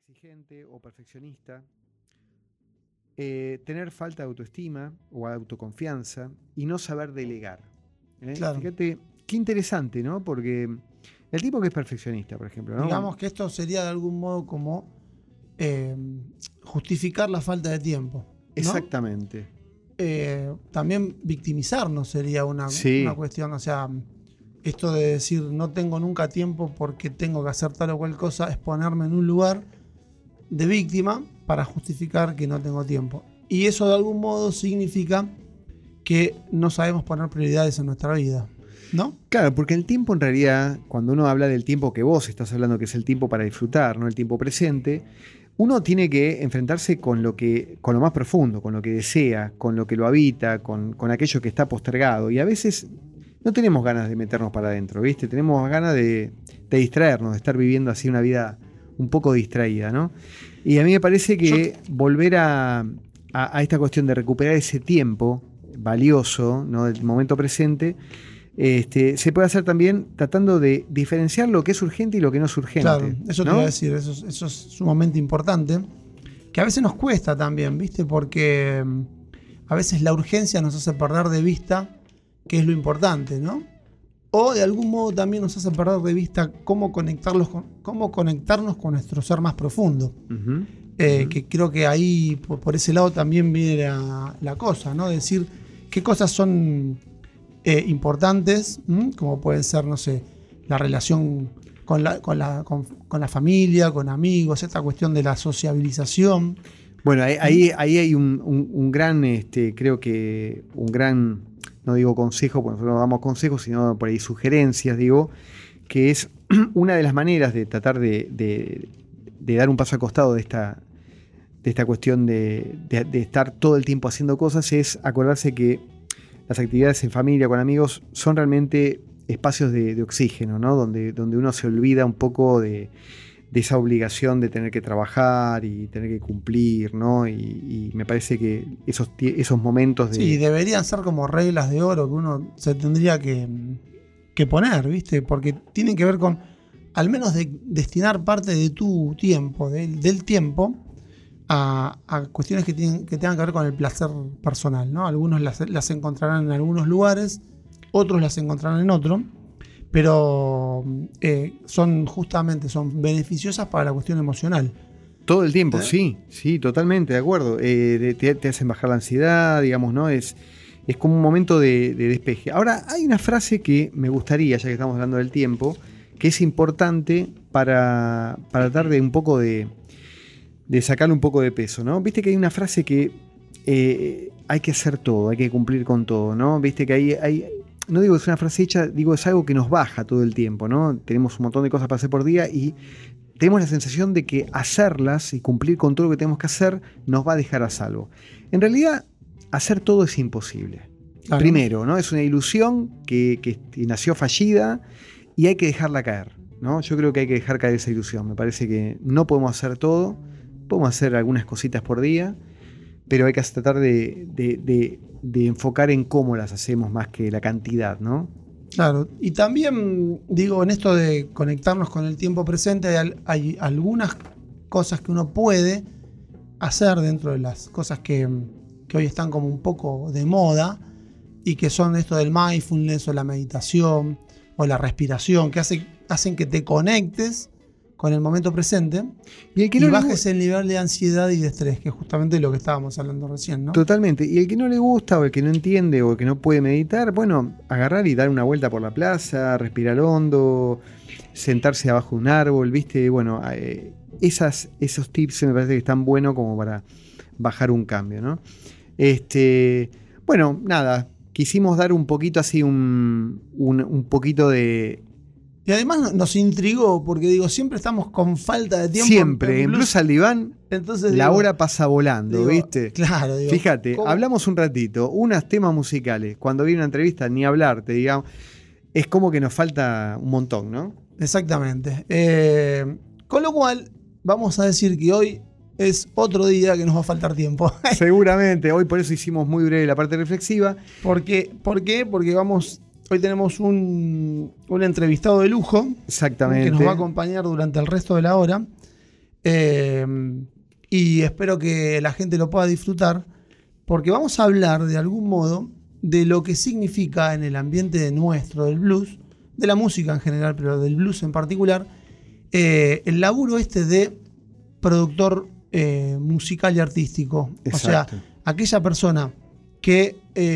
exigente o perfeccionista, tener falta de autoestima o autoconfianza y no saber delegar. Claro. Fíjate, qué interesante, ¿no? Porque el tipo que es perfeccionista, por ejemplo, ¿no? Digamos que esto sería de algún modo como justificar la falta de tiempo, ¿no? Exactamente. También victimizarnos sería una cuestión, o sea, esto de decir no tengo nunca tiempo porque tengo que hacer tal o cual cosa, es ponerme en un lugar de víctima para justificar que no tengo tiempo. Y eso de algún modo significa que no sabemos poner prioridades en nuestra vida, ¿no? Claro, porque el tiempo en realidad, cuando uno habla del tiempo que vos estás hablando, que es el tiempo para disfrutar, ¿no? El tiempo presente, uno tiene que enfrentarse con lo más profundo, con lo que desea, con lo que lo habita, con aquello que está postergado. Y a veces no tenemos ganas de meternos para adentro, ¿viste? Tenemos ganas de distraernos, de estar viviendo así una vida un poco distraída, ¿no? Y a mí me parece que volver a esta cuestión de recuperar ese tiempo valioso, ¿no? Del momento presente, se puede hacer también tratando de diferenciar lo que es urgente y lo que no es urgente. Claro, eso ¿no? te iba a decir, eso es sumamente importante, que a veces nos cuesta también, ¿viste? Porque a veces la urgencia nos hace perder de vista qué es lo importante, ¿no? O de algún modo también nos hace perder de vista cómo conectarnos con nuestro ser más profundo. Uh-huh. Que creo que ahí, por ese lado, también viene la cosa, ¿no? Decir qué cosas son importantes, como pueden ser, no sé, la relación con la familia, con amigos, esta cuestión de la sociabilización. Bueno, ahí hay un gran, creo que un gran, no digo consejo, porque nosotros no damos consejos, sino por ahí sugerencias, digo, que es una de las maneras de tratar de dar un paso al costado de esta cuestión de estar todo el tiempo haciendo cosas, es acordarse que las actividades en familia, con amigos, son realmente espacios de oxígeno, ¿no? Donde uno se olvida un poco de esa obligación de tener que trabajar y tener que cumplir, ¿no? Y me parece que esos momentos de... Sí, deberían ser como reglas de oro que uno se tendría que poner, ¿viste? Porque tienen que ver con, al menos, destinar parte de tu tiempo, del tiempo, a cuestiones que tengan que ver con el placer personal, ¿no? Algunos las encontrarán en algunos lugares, otros las encontrarán en otro, pero son beneficiosas para la cuestión emocional. Todo el tiempo, sí, totalmente, de acuerdo. Te hacen bajar la ansiedad, digamos, ¿no? Es como un momento de despeje. Ahora, hay una frase que me gustaría, ya que estamos hablando del tiempo, que es importante para tratar de un poco de sacarle un poco de peso, ¿no? Viste que hay una frase que hay que hacer todo, hay que cumplir con todo, ¿no? Viste que hay no digo que es una frase hecha, digo es algo que nos baja todo el tiempo, ¿no? Tenemos un montón de cosas para hacer por día y tenemos la sensación de que hacerlas y cumplir con todo lo que tenemos que hacer nos va a dejar a salvo. En realidad, hacer todo es imposible. Claro. Primero, ¿no? Es una ilusión que nació fallida y hay que dejarla caer, ¿no? Yo creo que hay que dejar caer esa ilusión. Me parece que no podemos hacer todo, podemos hacer algunas cositas por día, pero hay que tratar de enfocar en cómo las hacemos más que la cantidad, ¿no? Claro, y también digo, en esto de conectarnos con el tiempo presente, hay algunas cosas que uno puede hacer dentro de las cosas que hoy están como un poco de moda y que son esto del mindfulness o la meditación o la respiración, que hacen que te conectes con el momento presente y bajes el nivel de ansiedad y de estrés, que es justamente lo que estábamos hablando recién, ¿no? Totalmente. Y el que no le gusta o el que no entiende o el que no puede meditar, bueno, agarrar y dar una vuelta por la plaza, respirar hondo, sentarse abajo de un árbol, ¿viste? Bueno, esos tips me parece que están buenos como para bajar un cambio, ¿no? Bueno, nada, quisimos dar un poquito así, un poquito de... Y además nos intrigó, porque digo, siempre estamos con falta de tiempo. Siempre, en Blues al Diván, la hora pasa volando, ¿viste? Claro, digo. Fíjate, hablamos un ratito, unos temas musicales, cuando viene una entrevista, ni hablarte, digamos. Es como que nos falta un montón, ¿no? Exactamente. Con lo cual, vamos a decir que hoy es otro día que nos va a faltar tiempo. Seguramente, hoy por eso hicimos muy breve la parte reflexiva. ¿Por qué? Porque hoy tenemos un entrevistado de lujo. Exactamente. Que nos va a acompañar durante el resto de la hora. Que y espero que la gente lo pueda disfrutar, porque vamos a hablar de algún modo de lo que significa en el ambiente nuestro del blues, de la música en general, pero del blues en particular, el laburo de productor musical y artístico. Exacto. O sea, aquella persona que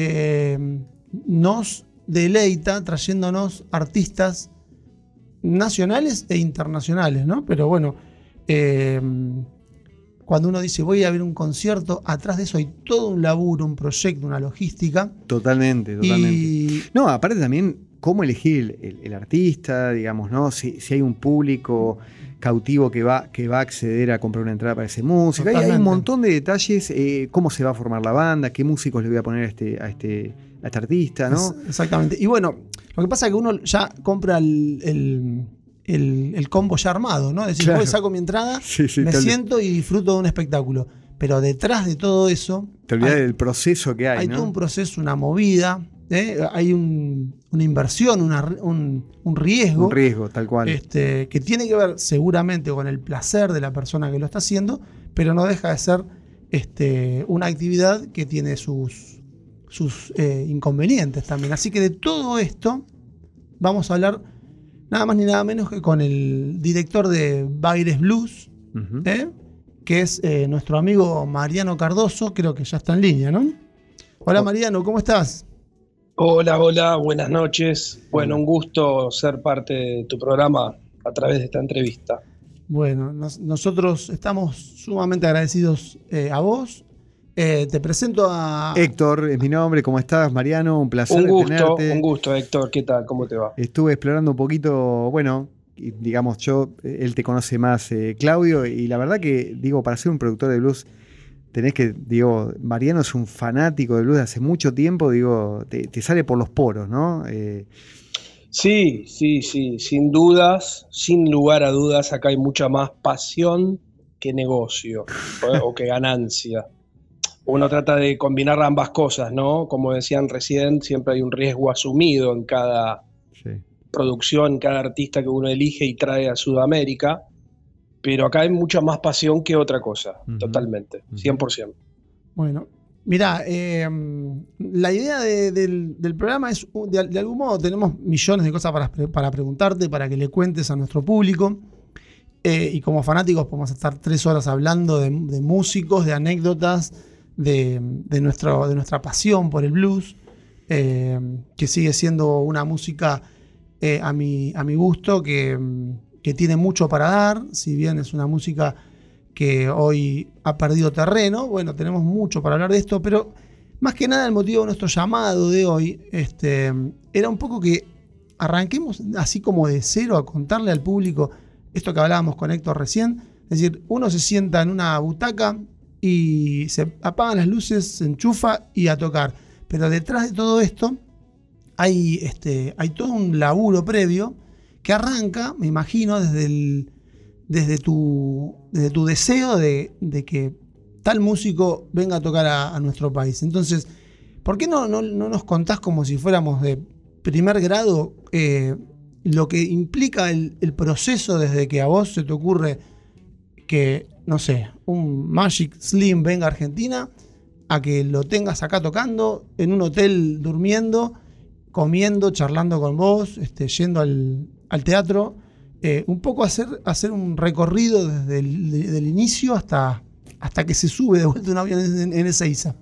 nos deleita trayéndonos artistas nacionales e internacionales, ¿no? Pero bueno, cuando uno dice voy a ver un concierto, atrás de eso hay todo un laburo, un proyecto, una logística. Totalmente. No, aparte también cómo elegir el artista, digamos, ¿no? Si hay un público cautivo que va a acceder a comprar una entrada para ese músico. Hay un montón de detalles, cómo se va a formar la banda, qué músicos le voy a poner a este artista, ¿no? Exactamente. Y bueno, lo que pasa es que uno ya compra el combo ya armado, ¿no? Es decir, Claro. voy, saco mi entrada, Sí, me siento y disfruto de un espectáculo. Pero detrás de todo eso... Te olvidás del proceso que hay, ¿no? todo un proceso, una movida, hay una inversión, un riesgo. Un riesgo, tal cual. Que tiene que ver seguramente con el placer de la persona que lo está haciendo, pero no deja de ser una actividad que tiene sus inconvenientes también. Así que de todo esto vamos a hablar nada más ni nada menos que con el director de Baires Blues, Uh-huh. que es nuestro amigo Mariano Cardoso. Creo que ya está en línea, ¿no? Hola Mariano, ¿cómo estás? Hola, buenas noches. Bueno, un gusto ser parte de tu programa a través de esta entrevista. Bueno, nosotros estamos sumamente agradecidos a vos. Te presento a... Héctor es mi nombre, ¿cómo estás, Mariano? Un placer tenerte. Un gusto, Héctor. ¿Qué tal? ¿Cómo te va? Estuve explorando un poquito, bueno, digamos él te conoce más, Claudio, y la verdad que, digo, para ser un productor de blues, tenés que, digo, Mariano es un fanático de blues de hace mucho tiempo, digo, te sale por los poros, ¿no? Sí, sin dudas, sin lugar a dudas, acá hay mucha más pasión que negocio o que ganancia. Uno trata de combinar ambas cosas, ¿no? Como decían recién, siempre hay un riesgo asumido en cada producción, cada artista que uno elige y trae a Sudamérica, pero acá hay mucha más pasión que otra cosa, totalmente, 100%. Bueno, mirá, la idea del programa es, de algún modo tenemos millones de cosas para preguntarte, para que le cuentes a nuestro público, y como fanáticos podemos estar 3 horas hablando de músicos, de anécdotas, de nuestra pasión por el blues, que sigue siendo una música a mi gusto que tiene mucho para dar. Si bien es una música que hoy ha perdido terreno, bueno, tenemos mucho para hablar de esto, pero más que nada el motivo de nuestro llamado de hoy era un poco que arranquemos así como de cero a contarle al público esto que hablábamos con Héctor recién. Es decir, uno se sienta en una butaca y se apagan las luces, se enchufa y a tocar. Pero detrás de todo esto hay todo un laburo previo que arranca, me imagino, desde tu deseo de que tal músico venga a tocar a nuestro país. Entonces, ¿por qué no nos contás como si fuéramos de primer grado lo que implica el proceso desde que a vos se te ocurre que, no sé, un Magic Slim venga a Argentina, a que lo tengas acá tocando, en un hotel durmiendo, comiendo, charlando con vos, yendo al teatro, un poco hacer un recorrido desde el inicio hasta que se sube de vuelta un avión en Ezeiza?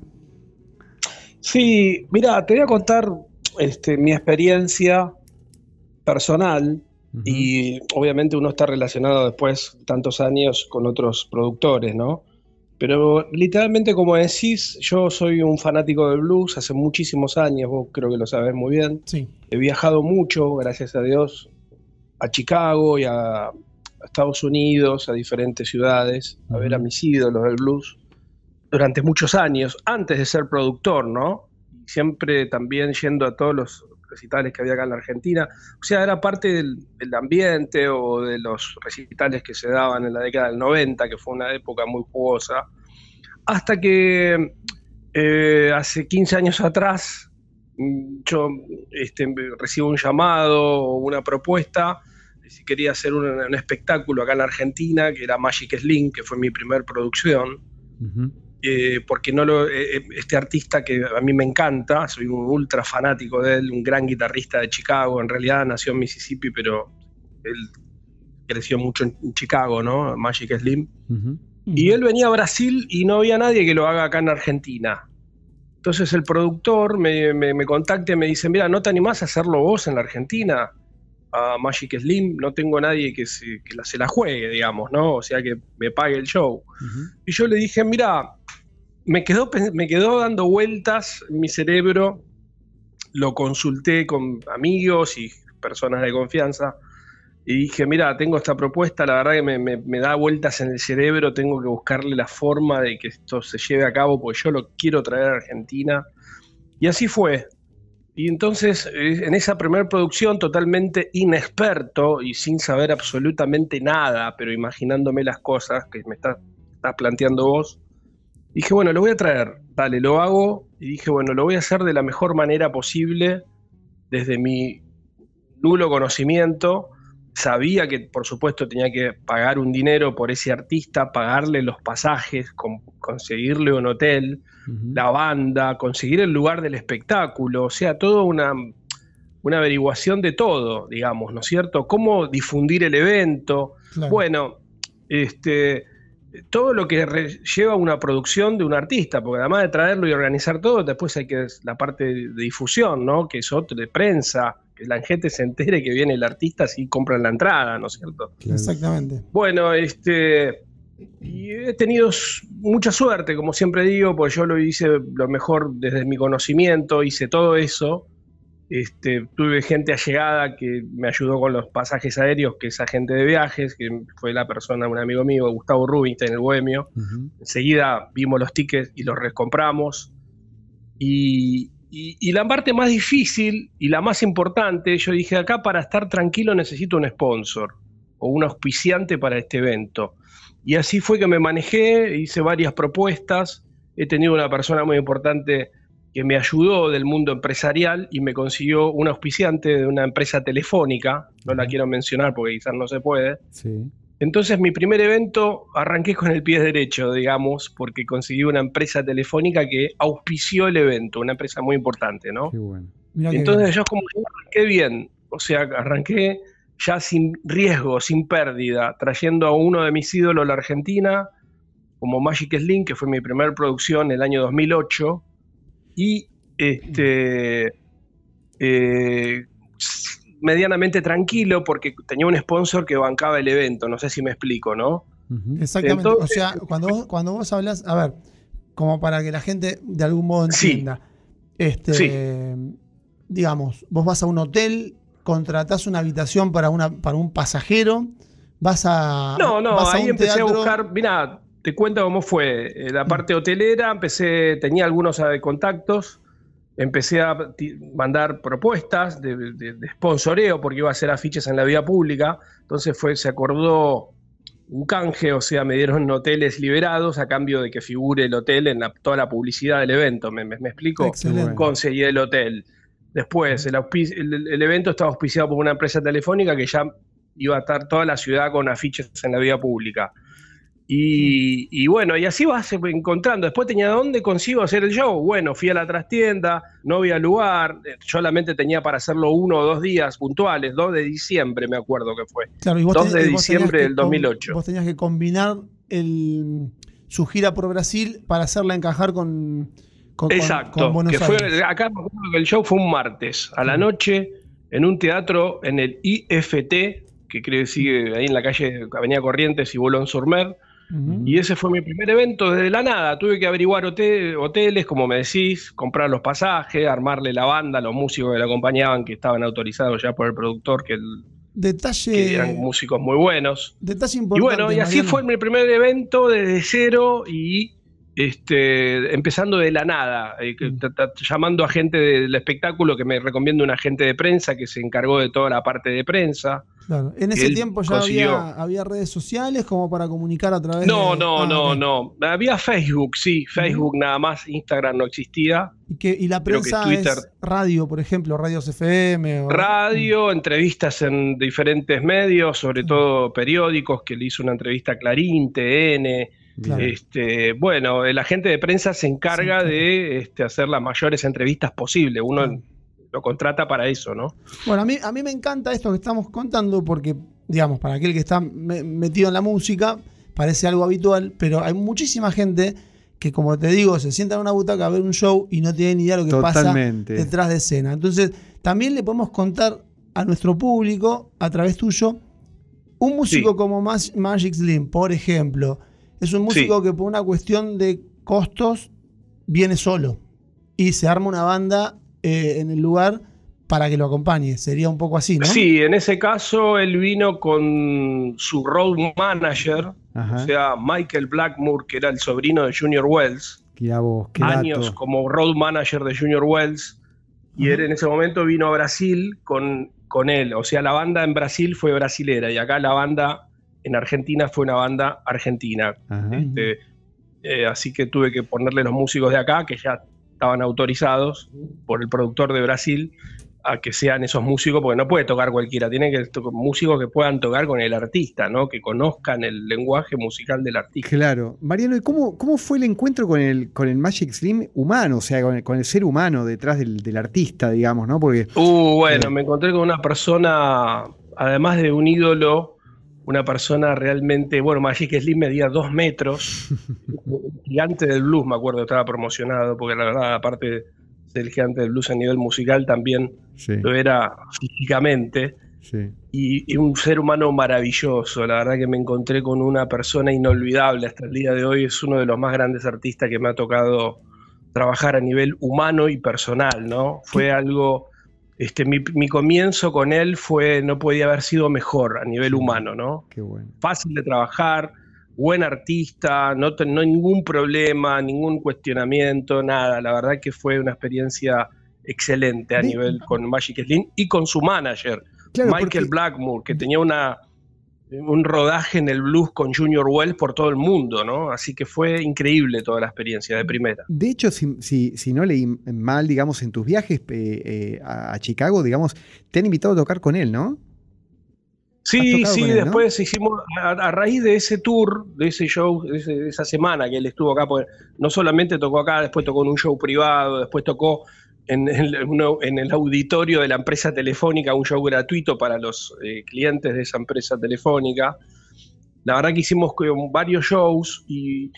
Sí, mira, te voy a contar mi experiencia personal. Uh-huh. Y obviamente uno está relacionado después tantos años con otros productores, ¿no? Pero literalmente, como decís, yo soy un fanático del blues hace muchísimos años, vos creo que lo sabés muy bien. Sí. He viajado mucho, gracias a Dios, a Chicago y a Estados Unidos, a diferentes ciudades, a ver a mis ídolos del blues durante muchos años, antes de ser productor, ¿no? Siempre también yendo a todos los recitales que había acá en la Argentina. O sea, era parte del ambiente o de los recitales que se daban en la década del 90, que fue una época muy jugosa, hasta que hace 15 años atrás yo recibo un llamado o una propuesta si quería hacer un espectáculo acá en la Argentina, que era Magic Slim, que fue mi primer producción. Porque este artista que a mí me encanta, soy un ultra fanático de él, un gran guitarrista de Chicago, en realidad nació en Mississippi, pero él creció mucho en Chicago, ¿no? Magic Slim. Y él venía a Brasil y no había nadie que lo haga acá en Argentina. Entonces el productor me contacta y me dice, mira, ¿no te animás a hacerlo vos en la Argentina? A Magic Slim, no tengo nadie que se la juegue, digamos, ¿no? O sea, que me pague el show. Y yo le dije, mira, me quedó dando vueltas en mi cerebro, lo consulté con amigos y personas de confianza, y dije, mira, tengo esta propuesta, la verdad que me da vueltas en el cerebro, tengo que buscarle la forma de que esto se lleve a cabo, porque yo lo quiero traer a Argentina. Y así fue. Y entonces, en esa primera producción, totalmente inexperto y sin saber absolutamente nada, pero imaginándome las cosas que me estás planteando vos, dije, bueno, lo voy a traer, dale, lo hago. Y dije, bueno, lo voy a hacer de la mejor manera posible, desde mi nulo conocimiento. Sabía que, por supuesto, tenía que pagar un dinero por ese artista, pagarle los pasajes, conseguirle un hotel, la banda, conseguir el lugar del espectáculo, o sea, toda una averiguación de todo, digamos, ¿no es cierto? Cómo difundir el evento. Claro. Bueno, todo lo que lleva una producción de un artista, porque además de traerlo y organizar todo, después hay que la parte de difusión, ¿no? Que es otro, de prensa, que la gente se entere que viene el artista si compran la entrada, ¿no es cierto? Exactamente. Bueno, y he tenido mucha suerte, como siempre digo, porque yo lo hice lo mejor desde mi conocimiento, hice todo eso. Tuve gente allegada que me ayudó con los pasajes aéreos, que es agente de viajes, que fue un amigo mío, Gustavo Rubinstein, el bohemio. Enseguida vimos los tickets y los recompramos. Y la parte más difícil y la más importante, yo dije, acá para estar tranquilo necesito un sponsor o un auspiciante para este evento. Y así fue que me manejé, hice varias propuestas, he tenido una persona muy importante que me ayudó del mundo empresarial y me consiguió un auspiciante de una empresa telefónica, no la quiero mencionar porque quizás no se puede. Sí. Entonces mi primer evento arranqué con el pie derecho, digamos, porque conseguí una empresa telefónica que auspició el evento, una empresa muy importante, ¿no? Qué bueno. Entonces yo como arranqué bien, o sea, arranqué ya sin riesgo, sin pérdida, trayendo a uno de mis ídolos a la Argentina, como Magic Slim, que fue mi primera producción en el año 2008, y medianamente tranquilo porque tenía un sponsor que bancaba el evento, no sé si me explico, ¿no? Exactamente. Entonces, o sea, cuando vos hablas, a ver, como para que la gente de algún modo entienda, digamos, vos vas a un hotel, contratás una habitación para un pasajero, vas a vas ahí a empecé teatro. a buscar, mirá, te cuento cómo fue. La parte hotelera, tenía algunos contactos, empecé a mandar propuestas de sponsoreo porque iba a hacer afiches en la vía pública. Entonces se acordó un canje, o sea, me dieron hoteles liberados a cambio de que figure el hotel en toda la publicidad del evento. ¿Me explico? Excelente. Conseguí el hotel. Después, el evento estaba auspiciado por una empresa telefónica que ya iba a estar toda la ciudad con afiches en la vía pública. Y bueno, y así vas encontrando. Después tenía dónde consigo hacer el show. Bueno, fui a la trastienda, no había lugar, solamente tenía para hacerlo 1 o 2 días puntuales, 2 de diciembre me acuerdo que fue. Claro, y vos 2 de diciembre del 2008. Vos tenías que combinar su gira por Brasil para hacerla encajar con Buenos Aires. Acá me acuerdo que el show fue un martes a la noche en un teatro en el IFT, que creo que sigue ahí en la calle Avenida Corrientes y Boulogne-sur-Mer. Y ese fue mi primer evento desde la nada. Tuve que averiguar hoteles, como me decís, comprar los pasajes, armarle la banda, los músicos que la acompañaban, que estaban autorizados ya por el productor, que eran músicos muy buenos. Detalle importante. Y bueno, y así fue mi primer evento desde cero y empezando de la nada, llamando a gente del espectáculo, que me recomienda un agente de prensa que se encargó de toda la parte de prensa. Claro. ¿En ese tiempo ya había redes sociales como para comunicar a través No. Había Facebook, sí, Facebook nada más, Instagram no existía. ¿Y la prensa Twitter, es radio, por ejemplo, radios FM? Radio, entrevistas en diferentes medios, sobre todo periódicos, que le hizo una entrevista a Clarín, TN. Claro. Bueno, el agente de prensa se encarga de hacer las mayores entrevistas posibles. Uno lo contrata para eso, ¿no? Bueno, a mí me encanta esto que estamos contando porque, digamos, para aquel que está metido en la música, parece algo habitual, pero hay muchísima gente que, como te digo, se sienta en una butaca a ver un show y no tiene ni idea de lo que pasa detrás de escena. Entonces, también le podemos contar a nuestro público, a través tuyo, un músico como Magic Slim, por ejemplo, es un músico que por una cuestión de costos viene solo y se arma una banda en el lugar para que lo acompañe. Sería un poco así, ¿no? Sí, en ese caso él vino con su road manager, o sea, Michael Blackmore, que era el sobrino de Junior Wells. Años como road manager de Junior Wells. Y él en ese momento vino a Brasil con él. O sea, la banda en Brasil fue brasilera y acá la banda en Argentina fue una banda argentina. Así que tuve que ponerle los músicos de acá, que ya estaban autorizados por el productor de Brasil, a que sean esos músicos, porque no puede tocar cualquiera, tienen que músicos que puedan tocar con el artista, ¿no? Que conozcan el lenguaje musical del artista. Claro. Mariano, ¿y cómo fue el encuentro con el Magic Slim humano? O sea, con el ser humano detrás del artista, digamos, ¿no? Porque bueno, me encontré con una persona, además de un ídolo, una persona realmente, bueno, Magic Slim medía 2 metros, gigante del blues, me acuerdo, estaba promocionado, porque la verdad, aparte de ser el gigante del blues a nivel musical, también lo era físicamente, y un ser humano maravilloso. La verdad que me encontré con una persona inolvidable hasta el día de hoy. Es uno de los más grandes artistas que me ha tocado trabajar a nivel humano y personal, ¿no? Fue algo... mi comienzo con él no podía haber sido mejor a nivel humano, ¿no? Qué bueno. Fácil de trabajar, buen artista, no ningún problema, ningún cuestionamiento, nada. La verdad que fue una experiencia excelente a nivel con Magic Slim y con su manager, Michael Blackmore, que tenía un rodaje en el blues con Junior Wells por todo el mundo, ¿no? Así que fue increíble toda la experiencia de primera. De hecho, si no leí mal, digamos, en tus viajes a Chicago, digamos, te han invitado a tocar con él, ¿no? Sí, después hicimos, a raíz de ese tour, de ese show, de esa semana que él estuvo acá, porque no solamente tocó acá, después tocó en un show privado, después tocó en el auditorio de la empresa telefónica, un show gratuito para los clientes de esa empresa telefónica. La verdad que hicimos varios shows y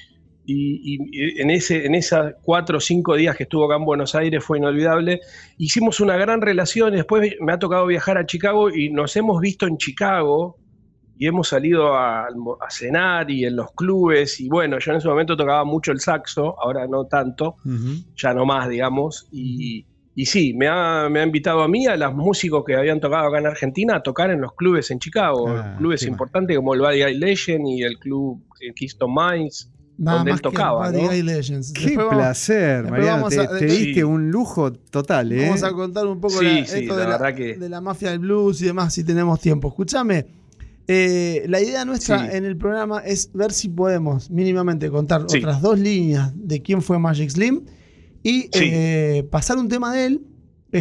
en esos 4 o 5 días que estuvo acá en Buenos Aires fue inolvidable. Hicimos una gran relación y después me ha tocado viajar a Chicago y nos hemos visto en Chicago y hemos salido a cenar y en los clubes. Y bueno, yo en ese momento tocaba mucho el saxo, ahora no tanto, ya no más, digamos. Y sí, me ha invitado a mí, a los músicos que habían tocado acá en Argentina, a tocar en los clubes en Chicago. Clubes importantes como el Buddy Guy Legend y el club Keystone Mines, donde él tocaba, ¿no? Qué placer, Mariano. Te diste un lujo total, ¿eh? Vamos a contar un poco esto de la mafia del blues y demás, si tenemos tiempo. Escúchame, la idea nuestra en el programa es ver si podemos mínimamente contar otras 2 líneas de quién fue Magic Slim y pasar un tema de él,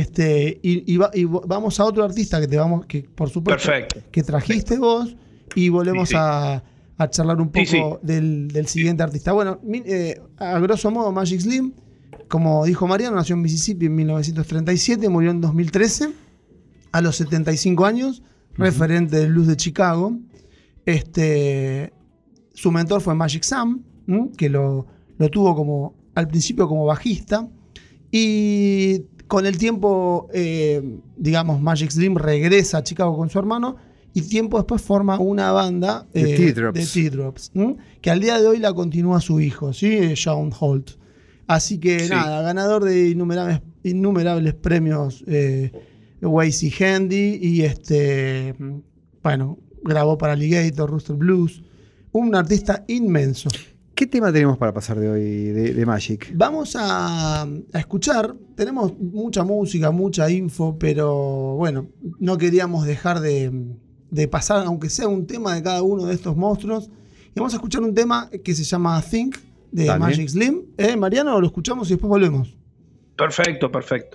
y vamos a otro artista que por supuesto que trajiste vos, y volvemos a charlar un poco del siguiente artista. Bueno, a grosso modo, Magic Slim, como dijo Mariano, nació en Mississippi en 1937, murió en 2013 a los 75 años, referente del blues de Chicago. Su mentor fue Magic Sam, que lo tuvo al principio como bajista, y con el tiempo, digamos, Magic Slim regresa a Chicago con su hermano y tiempo después forma una banda de Teardrops, que al día de hoy la continúa su hijo, ¿sí? Shawn Holt. Así que nada, ganador de innumerables premios Weiss y Handy, y bueno, grabó para Alligator, Rooster Blues, un artista inmenso. ¿Qué tema tenemos para pasar de hoy de Magic? Vamos a escuchar, tenemos mucha música, mucha info, pero bueno, no queríamos dejar de pasar, aunque sea un tema de cada uno de estos monstruos. Y vamos a escuchar un tema que se llama Think, de Dale. Magic Slim. Mariano, lo escuchamos y después volvemos. Perfecto, perfecto.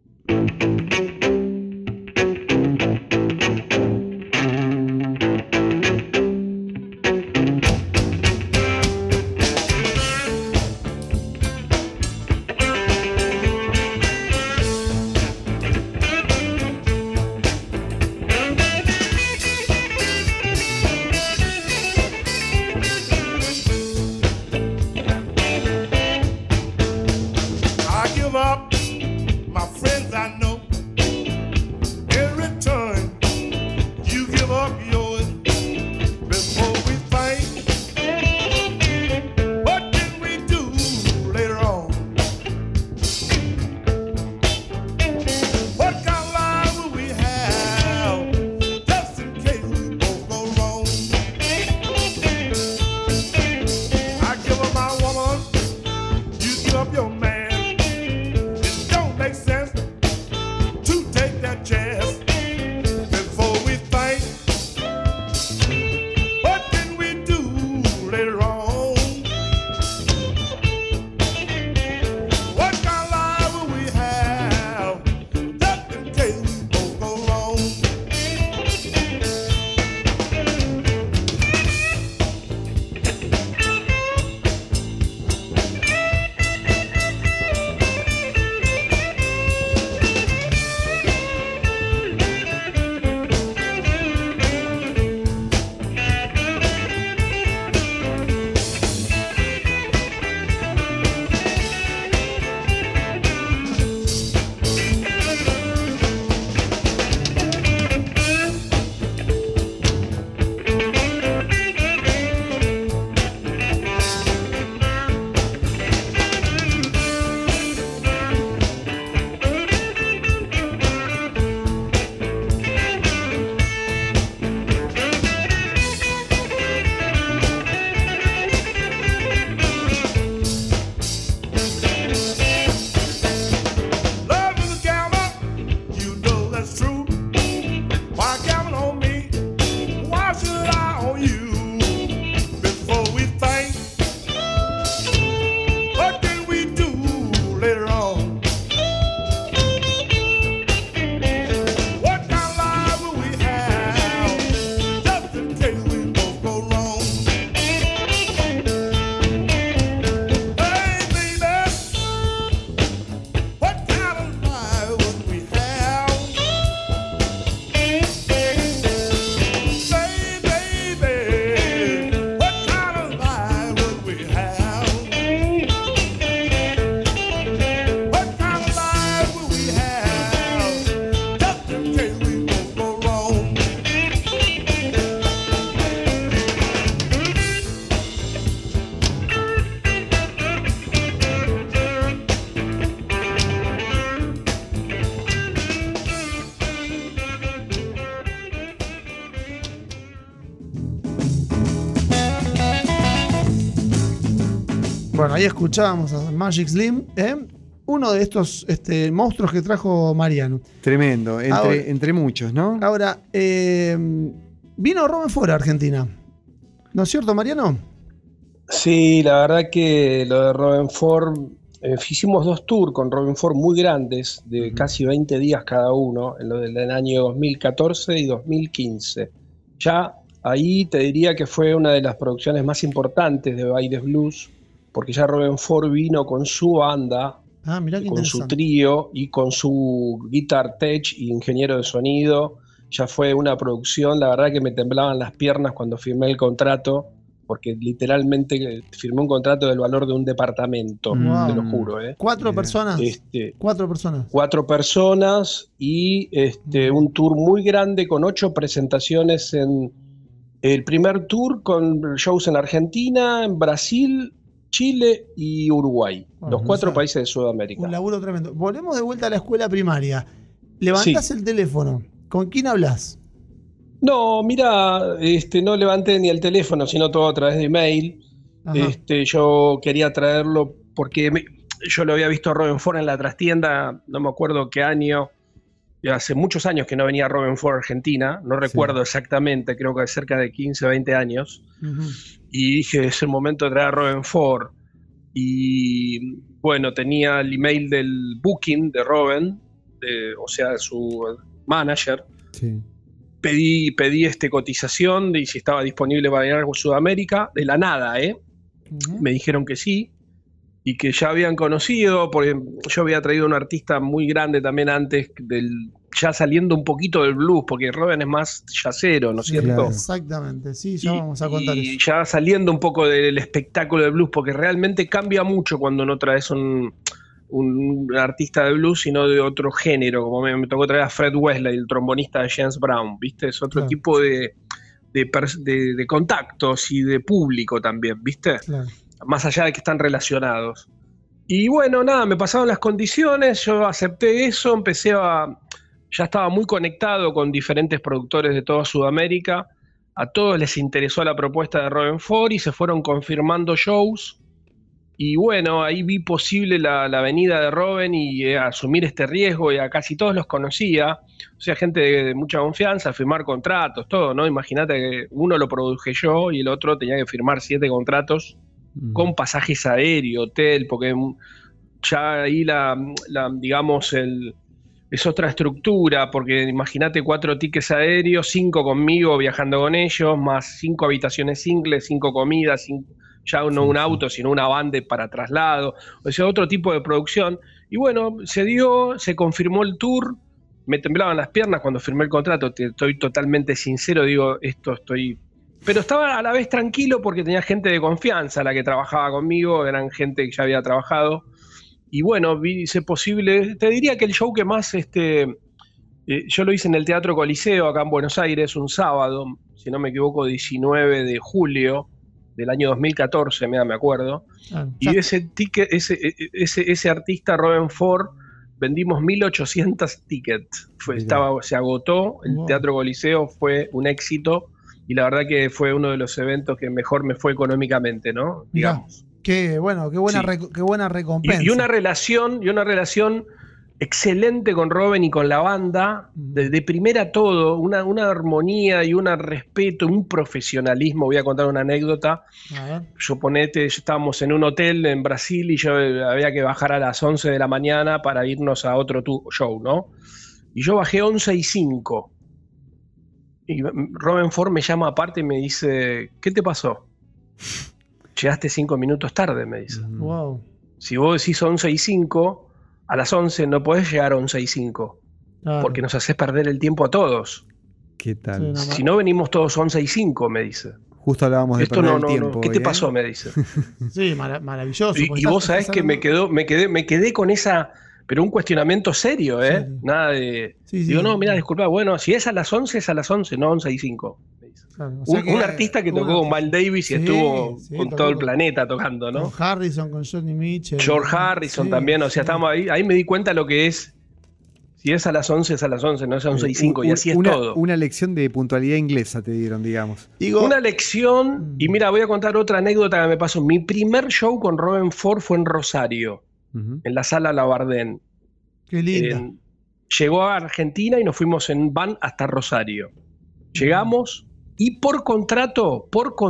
I give up my friends I know. In return, you give up yours before we fight. What can we do later on? What kind of life will we have just in case we both go wrong? I give up my woman, you give up your man. It don't make sense to take that chance before we fight. What can we do later on? What kind of life will we have just in case we both go wrong? Love is a gamble, you know that's true. Why gamble on me? Why should I on you? Before we fight, what can we do later on? What kind of life will we have just in case we both go wrong? Hey, baby. What kind of life would we have? Say, baby, what kind of life would we have? What kind of life would we have just in case we both go wrong? Bueno, ahí escuchábamos a Magic Slim, uno de estos monstruos que trajo Mariano. Tremendo, Ahora- entre muchos, ¿no? Ahora, vino Robben Ford a Argentina. ¿No es cierto, Mariano? Sí, la verdad que lo de Robben Ford, hicimos 2 tours con Robben Ford muy grandes, de casi 20 días cada uno, en lo del año 2014 y 2015. Ya ahí te diría que fue una de las producciones más importantes de Bailes Blues, porque ya Robben Ford vino con su banda, Ah, mirá qué con su interesante. trío y con su guitar tech y ingeniero de sonido. Ya fue una producción, la verdad que me temblaban las piernas cuando firmé el contrato, porque literalmente firmé un contrato del valor de un departamento, Wow. te lo juro. ¿Cuatro personas? Este, 4 personas. 4 personas y un tour muy grande con 8 presentaciones en el primer tour, con shows en Argentina, en Brasil, Chile y Uruguay, Bueno, los 4 o sea, países de Sudamérica. Un laburo tremendo. Volvemos de vuelta a la escuela primaria. Levantás el teléfono. ¿Con quién hablas? No, mira, no levanté ni el teléfono, sino todo a través de email. Ajá. Yo quería traerlo porque yo lo había visto a Robin Ford en la trastienda, no me acuerdo qué año, y hace muchos años que no venía Robin Ford a Argentina, no recuerdo exactamente, creo que cerca de 15, 20 años, y dije, es el momento de traer a Robin Ford. Y bueno, tenía el email del booking de Robin, o sea, su manager. Sí. Pedí cotización de si estaba disponible para ir a Sudamérica, de la nada, Me dijeron que sí, y que ya habían conocido, porque yo había traído un artista muy grande también antes, ya saliendo un poquito del blues, porque Robin es más jazzero, ¿no es cierto? Claro. Exactamente, sí, ya vamos a contar Y eso. ya saliendo un poco del espectáculo del blues, porque realmente cambia mucho cuando no traes un artista de blues, sino de otro género, como me tocó traer a Fred Wesley, el trombonista de James Brown, ¿viste? Es otro tipo de contactos y de público también, ¿viste? Claro. Más allá de que están relacionados. Y bueno, nada, me pasaron las condiciones, yo acepté eso, ya estaba muy conectado con diferentes productores de toda Sudamérica, a todos les interesó la propuesta de Robin Ford y se fueron confirmando shows. Y bueno, ahí vi posible la venida de Robin y asumir este riesgo, y a casi todos los conocía, o sea, gente de mucha confianza, firmar contratos, todo, ¿no? Imagínate que uno lo produje yo y el otro tenía que firmar 7 contratos con pasajes aéreos, hotel, porque ya ahí digamos, es otra estructura, porque imagínate 4 tickets aéreos, 5 conmigo viajando con ellos, más 5 habitaciones singles, 5 comidas, ya no un auto, sino una van para traslado, o sea, otro tipo de producción. Y bueno, se confirmó el tour, me temblaban las piernas cuando firmé el contrato, estoy totalmente sincero, digo, pero estaba a la vez tranquilo porque tenía gente de confianza la que trabajaba conmigo, eran gente que ya había trabajado. Y bueno, hice posible, te diría que el show que más, yo lo hice en el Teatro Coliseo, acá en Buenos Aires, un sábado, si no me equivoco, 19 de julio del año 2014, me acuerdo. Y ese ticket, ese artista, Robin Ford, vendimos 1.800 tickets. Se agotó, el Teatro Coliseo fue un éxito, y la verdad que fue uno de los eventos que mejor me fue económicamente, ¿no? Digamos. Qué buena recompensa. Y una relación excelente con Robin y con la banda, de primera todo, una armonía y un respeto, un profesionalismo. Voy a contar una anécdota. Estábamos en un hotel en Brasil y yo había que bajar a las 11 de la mañana para irnos a otro show, ¿no? Y yo bajé 11:05. Y Robin Ford me llama aparte y me dice, ¿qué te pasó? Llegaste 5 minutos tarde, me dice. Wow. Si vos decís 11:05, a las 11 no podés llegar a 11:05, porque nos haces perder el tiempo a todos. ¿Qué tal? Si no venimos todos 11:05, me dice. Justo hablábamos de perder el tiempo. ¿Qué te pasó? Me dice. Sí, maravilloso. Y vos sabés que me quedé con esa... Pero un cuestionamiento serio, ¿eh? Sí. Nada de... Digo, no, mira, disculpa, bueno, si es a las 11, es a las 11, no 11:05. Claro, o sea un artista que tocó con Miles Davis y estuvo con todo el planeta tocando, ¿no? Con Harrison, con Johnny Mitchell. George Harrison también, o sea, estamos ahí me di cuenta lo que es. Si es a las 11, es a las 11, no es a 11:05, y así es todo. Una lección de puntualidad inglesa te dieron, digamos. Una lección, y mira, voy a contar otra anécdota que me pasó. Mi primer show con Robin Ford fue en Rosario, en la Sala Labardén. Qué lindo. Llegó a Argentina y nos fuimos en van hasta Rosario. Llegamos y por contrato,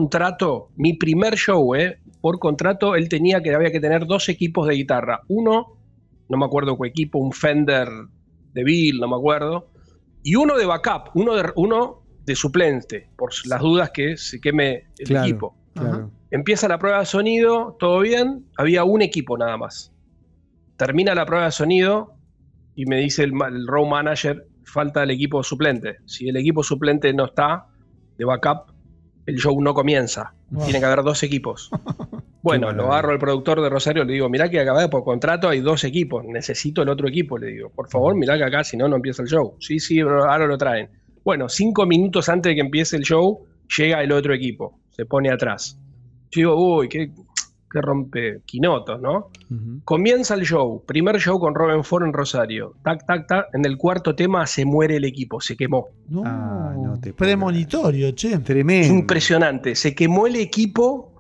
mi primer show, por contrato, él había que tener 2 equipos de guitarra. Uno, no me acuerdo qué equipo, un Fender de Bill, no me acuerdo, y uno de backup, uno de suplente, por las dudas que se queme el equipo. Claro. Empieza la prueba de sonido, todo bien, había un equipo nada más. Termina la prueba de sonido y me dice el road manager, falta el equipo suplente. Si el equipo suplente no está, de backup, el show no comienza. Tiene que haber 2 equipos. Bueno, lo agarro al productor de Rosario, le digo, mirá que acá por contrato hay 2 equipos, necesito el otro equipo, le digo, por favor, mirá que acá si no empieza el show. Sí, ahora lo traen. Bueno, 5 minutos antes de que empiece el show, llega el otro equipo, se pone atrás. Yo digo, uy, qué rompe quinotos, ¿no? Comienza el show, primer show con Robin Ford en Rosario. Tac, tac, tac. En el 4º tema se muere el equipo, se quemó. No te premonitorio, che. Tremendo. Impresionante. Se quemó el equipo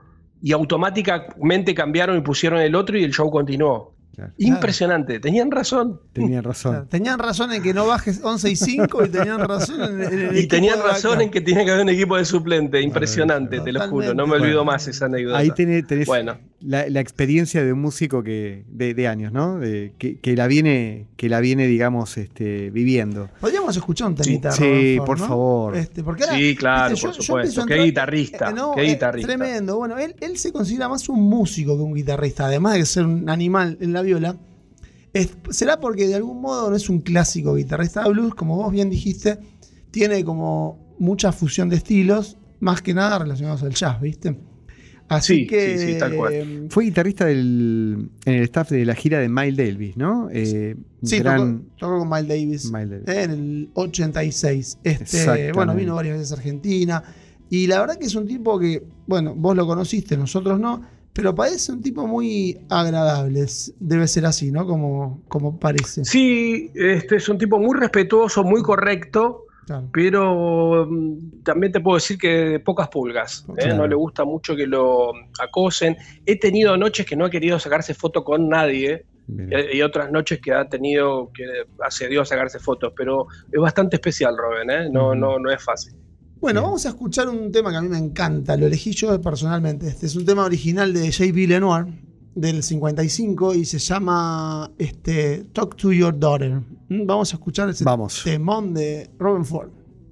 y automáticamente cambiaron y pusieron el otro y el show continuó. Claro. Impresionante, tenían razón. Tenían razón. Claro, tenían razón en que no bajes 11 y 5 y tenían razón en el Y tenían equipo de razón acá. en que tiene que haber un equipo de suplente. Impresionante, te lo juro. No me olvido Bueno. más esa anécdota. Ahí tenés Bueno. la experiencia de un músico de años, ¿no? Que la viene, digamos, viviendo. Podríamos escuchar un temita. Sí, Robert Ford, por ¿no? favor. Porque ahora, Sí, claro, yo por empiezo supuesto. a Qué entrar- guitarrista, qué guitarrista. Tremendo. Bueno, él se considera más un músico que un guitarrista, además de ser un animal en la viola. ¿Será porque de algún modo no es un clásico guitarrista de blues? Como vos bien dijiste, tiene como mucha fusión de estilos, más que nada relacionados al jazz, ¿viste? Así Sí, que sí, tal cual. Fue guitarrista en el staff de la gira de Miles Davis, ¿no? Sí, gran tocó con Miles Davis, Miles Davis. en el 86. Exactamente. Bueno, vino varias veces a Argentina. Y la verdad que es un tipo que, bueno, vos lo conociste, nosotros no, pero parece un tipo muy agradable. Debe ser así, ¿no? Como parece. Sí, es un tipo muy respetuoso, muy correcto, Claro. pero también te puedo decir que de pocas pulgas. Claro. No le gusta mucho que lo acosen. He tenido noches que no ha querido sacarse foto con nadie. Bien. Y otras noches que ha tenido que accedió a sacarse fotos, pero es bastante especial, Robin, no es fácil. Bueno, Bien. vamos a escuchar un tema que a mí me encanta, lo elegí yo personalmente. Este es un tema original de J.B. Lenoir del 55 y se llama Talk to Your Daughter. Vamos a escuchar ese Vamos. temón de Robert Ford.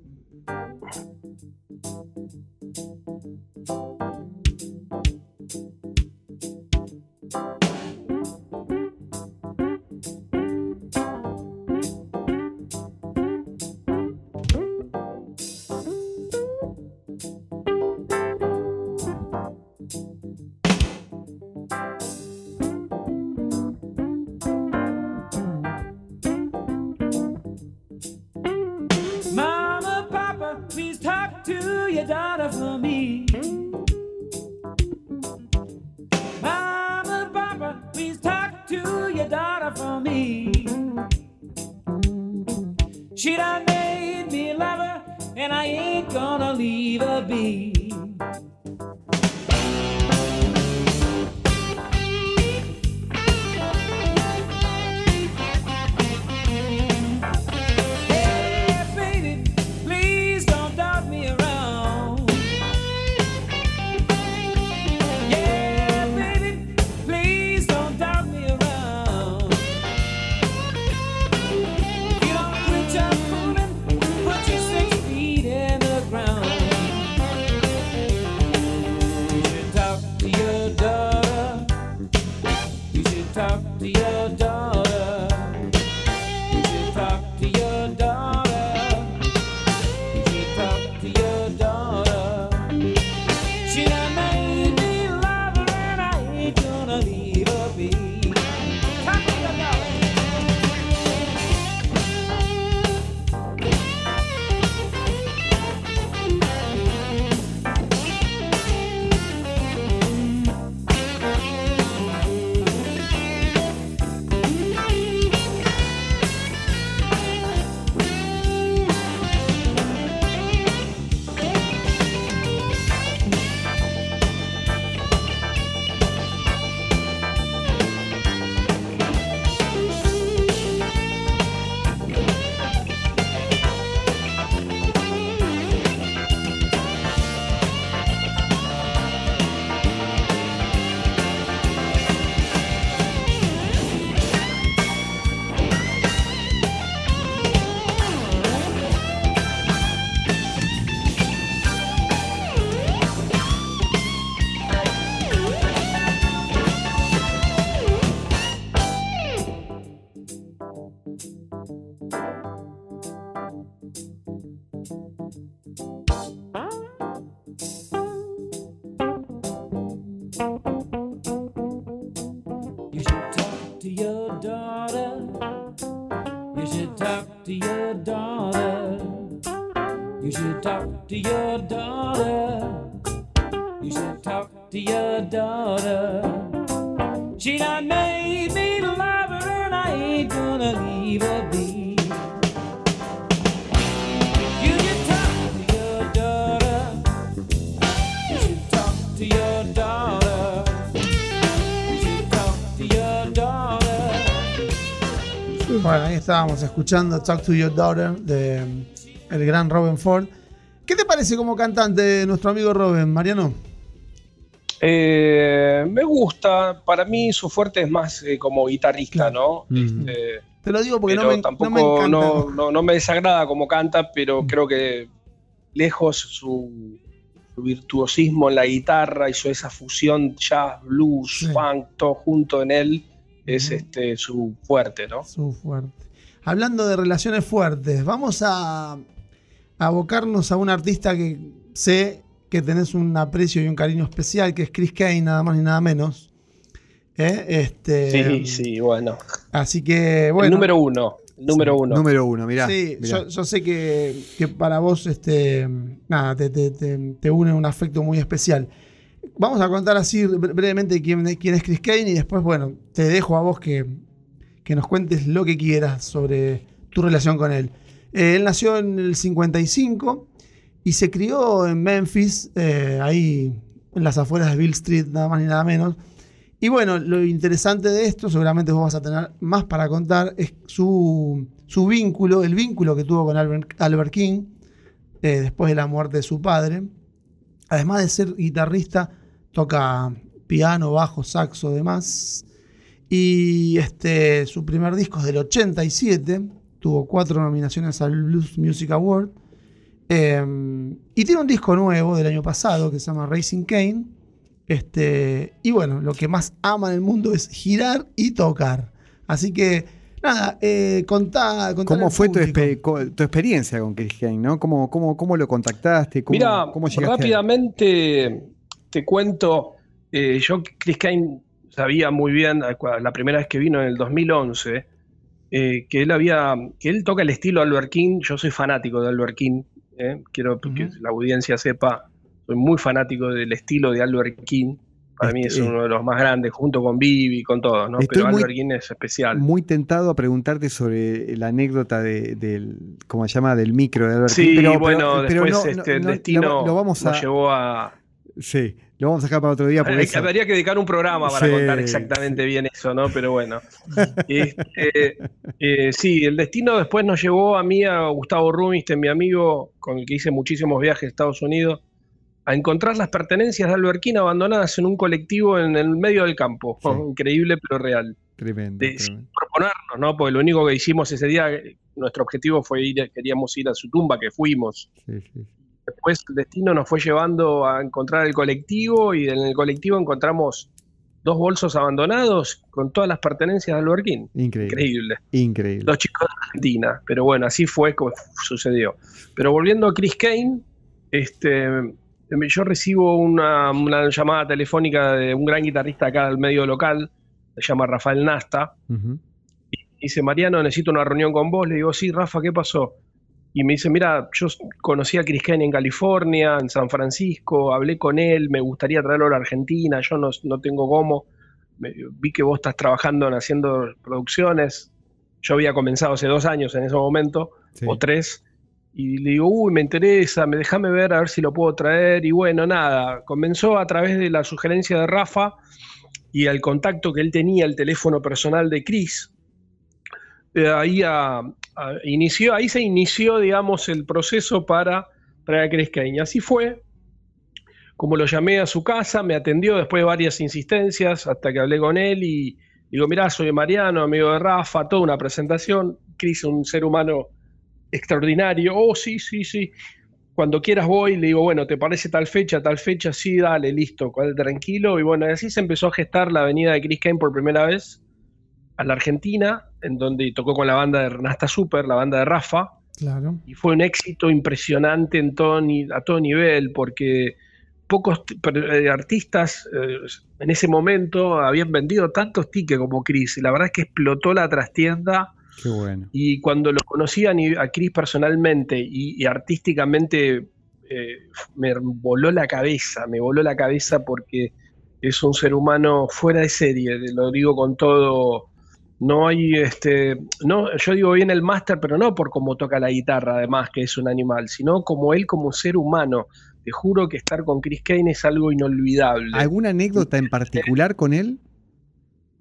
Mama, Papa, please talk to your daughter for me. Mama, Papa, please talk to your daughter for me. She done made me a lover, and I ain't gonna leave her be. Hey, baby, please don't dog me around. Yeah, baby, please don't dog me around. If you don't quit your fooling, put your 6 feet in the ground. You should talk to your daughter. You should talk to your daughter. You should talk to your daughter. You should talk to your daughter. She done made me love her and I ain't gonna leave her be. Talk to your daughter. You should talk to your daughter. You should talk to your daughter. You should talk to your daughter. You should talk to your daughter. She done made me love her and I ain't gonna leave her be. You should talk to your daughter. You should talk to your daughter. Bueno, ahí estábamos escuchando Talk to Your Daughter de el gran Robben Ford. ¿Qué te parece como cantante nuestro amigo Robben, Mariano? Me gusta, para mí su fuerte es más como guitarrista, Claro. ¿no? Te lo digo porque Pero no tampoco me encanta. no me desagrada como canta, pero creo que lejos su virtuosismo en la guitarra hizo esa fusión jazz, blues, Sí. funk, todo junto en él, es su fuerte, ¿no? Su fuerte. Hablando de relaciones fuertes, vamos a abocarnos a un artista que sé que tenés un aprecio y un cariño especial, que es Chris Kane, nada más ni nada menos. Sí, bueno. Así que, bueno. El número uno. Número uno, mirá. Sí, mirá. yo sé que para vos nada, te une un afecto muy especial. Vamos a contar así brevemente quién es Chris Kane y después, bueno, te dejo a vos que nos cuentes lo que quieras sobre tu relación con él. Él nació en el 55 y se crió en Memphis, ahí en las afueras de Beale Street, nada más ni nada menos. Y bueno, lo interesante de esto, seguramente vos vas a tener más para contar, es su vínculo, el vínculo que tuvo con Albert King después de la muerte de su padre. Además de ser guitarrista, toca piano, bajo, saxo, demás. Y su primer disco es del 87, tuvo 4 nominaciones al Blues Music Award. Y tiene un disco nuevo del año pasado que se llama Raising Kane. Y bueno, lo que más ama en el mundo es girar y tocar. Así que, nada, contá ¿Cómo fue tu público. experiencia con Chris Kane, ¿no? ¿Cómo lo contactaste? Mira, ¿Cómo llegaste rápidamente te cuento, yo Chris Kane sabía muy bien, la primera vez que vino en el 2011, que él toca el estilo Albert King. Yo soy fanático de Albert King, quiero que la audiencia sepa, soy muy fanático del estilo de Albert King. Para mí es uno de los más grandes, junto con Bibi, con todos, ¿no? Pero Albert King es especial. Muy tentado a preguntarte sobre la anécdota del, ¿cómo se llama? Del micro de Albert King. Sí, Pero después el destino nos llevó a... Sí, lo vamos a dejar para otro día. Porque habría que dedicar un programa para contar exactamente bien eso, ¿no? Pero bueno. Sí, el destino después nos llevó a mí, a Gustavo Rumisten, mi amigo, con el que hice muchísimos viajes a Estados Unidos, a encontrar las pertenencias de Albert King abandonadas en un colectivo en el medio del campo. Sí. Increíble, pero real. Tremendo. Sin proponernos, ¿no? Porque lo único que hicimos ese día, nuestro objetivo fue queríamos ir a su tumba, que fuimos. Sí. Después el destino nos fue llevando a encontrar el colectivo y en el colectivo encontramos 2 bolsos abandonados con todas las pertenencias de Albert King. Increíble. Los chicos de Argentina. Pero bueno, así fue como sucedió. Pero volviendo a Chris Kane, yo recibo una llamada telefónica de un gran guitarrista acá del medio local, se llama Rafael Nasta, y dice: Mariano, necesito una reunión con vos. Le digo: sí, Rafa, ¿qué pasó? Y me dice: mira, yo conocí a Chris Kane en California, en San Francisco, hablé con él, me gustaría traerlo a la Argentina, yo no tengo cómo. Vi que vos estás trabajando en haciendo producciones. Yo había comenzado hace 2 años en ese momento, o 3, y le digo: me interesa, déjame ver a ver si lo puedo traer. Y bueno, nada, comenzó a través de la sugerencia de Rafa y el contacto que él tenía, el teléfono personal de Chris. Ahí se inició, digamos, el proceso para traer a Chris Kane. Así fue como lo llamé a su casa, me atendió después de varias insistencias hasta que hablé con él y digo: mirá, soy Mariano, amigo de Rafa, toda una presentación. Chris, un ser humano extraordinario. Oh, sí. Cuando quieras voy. Le digo: bueno, ¿te parece tal fecha? Sí, dale, listo, tranquilo. Y bueno, así se empezó a gestar la venida de Chris Kane por primera vez a la Argentina, en donde tocó con la banda de Renata Super, la banda de Rafa. Claro. Y fue un éxito impresionante a todo nivel, porque pocos artistas en ese momento habían vendido tantos tickets como Chris. La verdad es que explotó la trastienda. Qué bueno. Y cuando lo conocí a Chris personalmente y artísticamente, me voló la cabeza porque es un ser humano fuera de serie, lo digo con todo. No hay, yo digo bien el máster, pero no por cómo toca la guitarra, además, que es un animal, sino como él, como ser humano. Te juro que estar con Chris Kane es algo inolvidable. ¿Alguna anécdota en particular con él?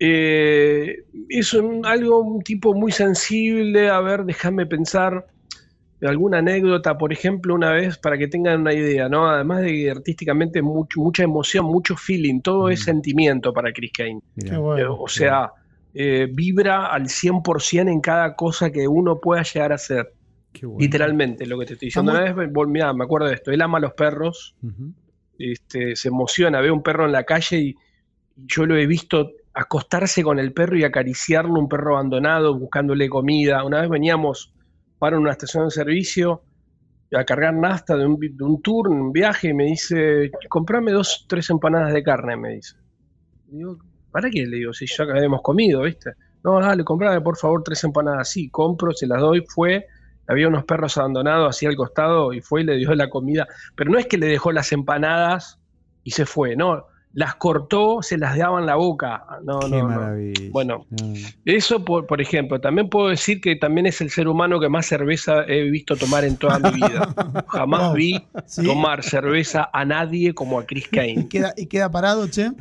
Es un tipo muy sensible. A ver, déjame pensar alguna anécdota, por ejemplo, una vez, para que tengan una idea, ¿no? Además de que artísticamente mucha emoción, mucho feeling, todo es sentimiento para Chris Kane. Mirá. Qué bueno. O sea, vibra al 100% en cada cosa que uno pueda llegar a hacer. Qué bueno. Literalmente, lo que te estoy diciendo. Está Una vez, mirá, me acuerdo de esto, él ama a los perros, Ujú. se emociona, ve un perro en la calle y yo lo he visto acostarse con el perro y acariciarlo, un perro abandonado, buscándole comida. Una vez veníamos para una estación de servicio a cargar nafta de un tour, un viaje, y me dice, comprame 2, 3 empanadas de carne, me dice. Y digo, ¿para qué? Le digo, si ya habíamos comido, ¿viste? No, dale, comprame por favor 3 empanadas. Sí, compro, se las doy, fue, había unos perros abandonados así al costado y fue y le dio la comida. Pero no es que le dejó las empanadas y se fue, no, las cortó, se las daba en la boca. No, Qué no, no. maravilla. Bueno, No. eso por ejemplo. También puedo decir que también es el ser humano que más cerveza he visto tomar en toda mi vida. Jamás Wow. vi ¿Sí? tomar cerveza a nadie como a Chris Kane. ¿Y queda parado, che?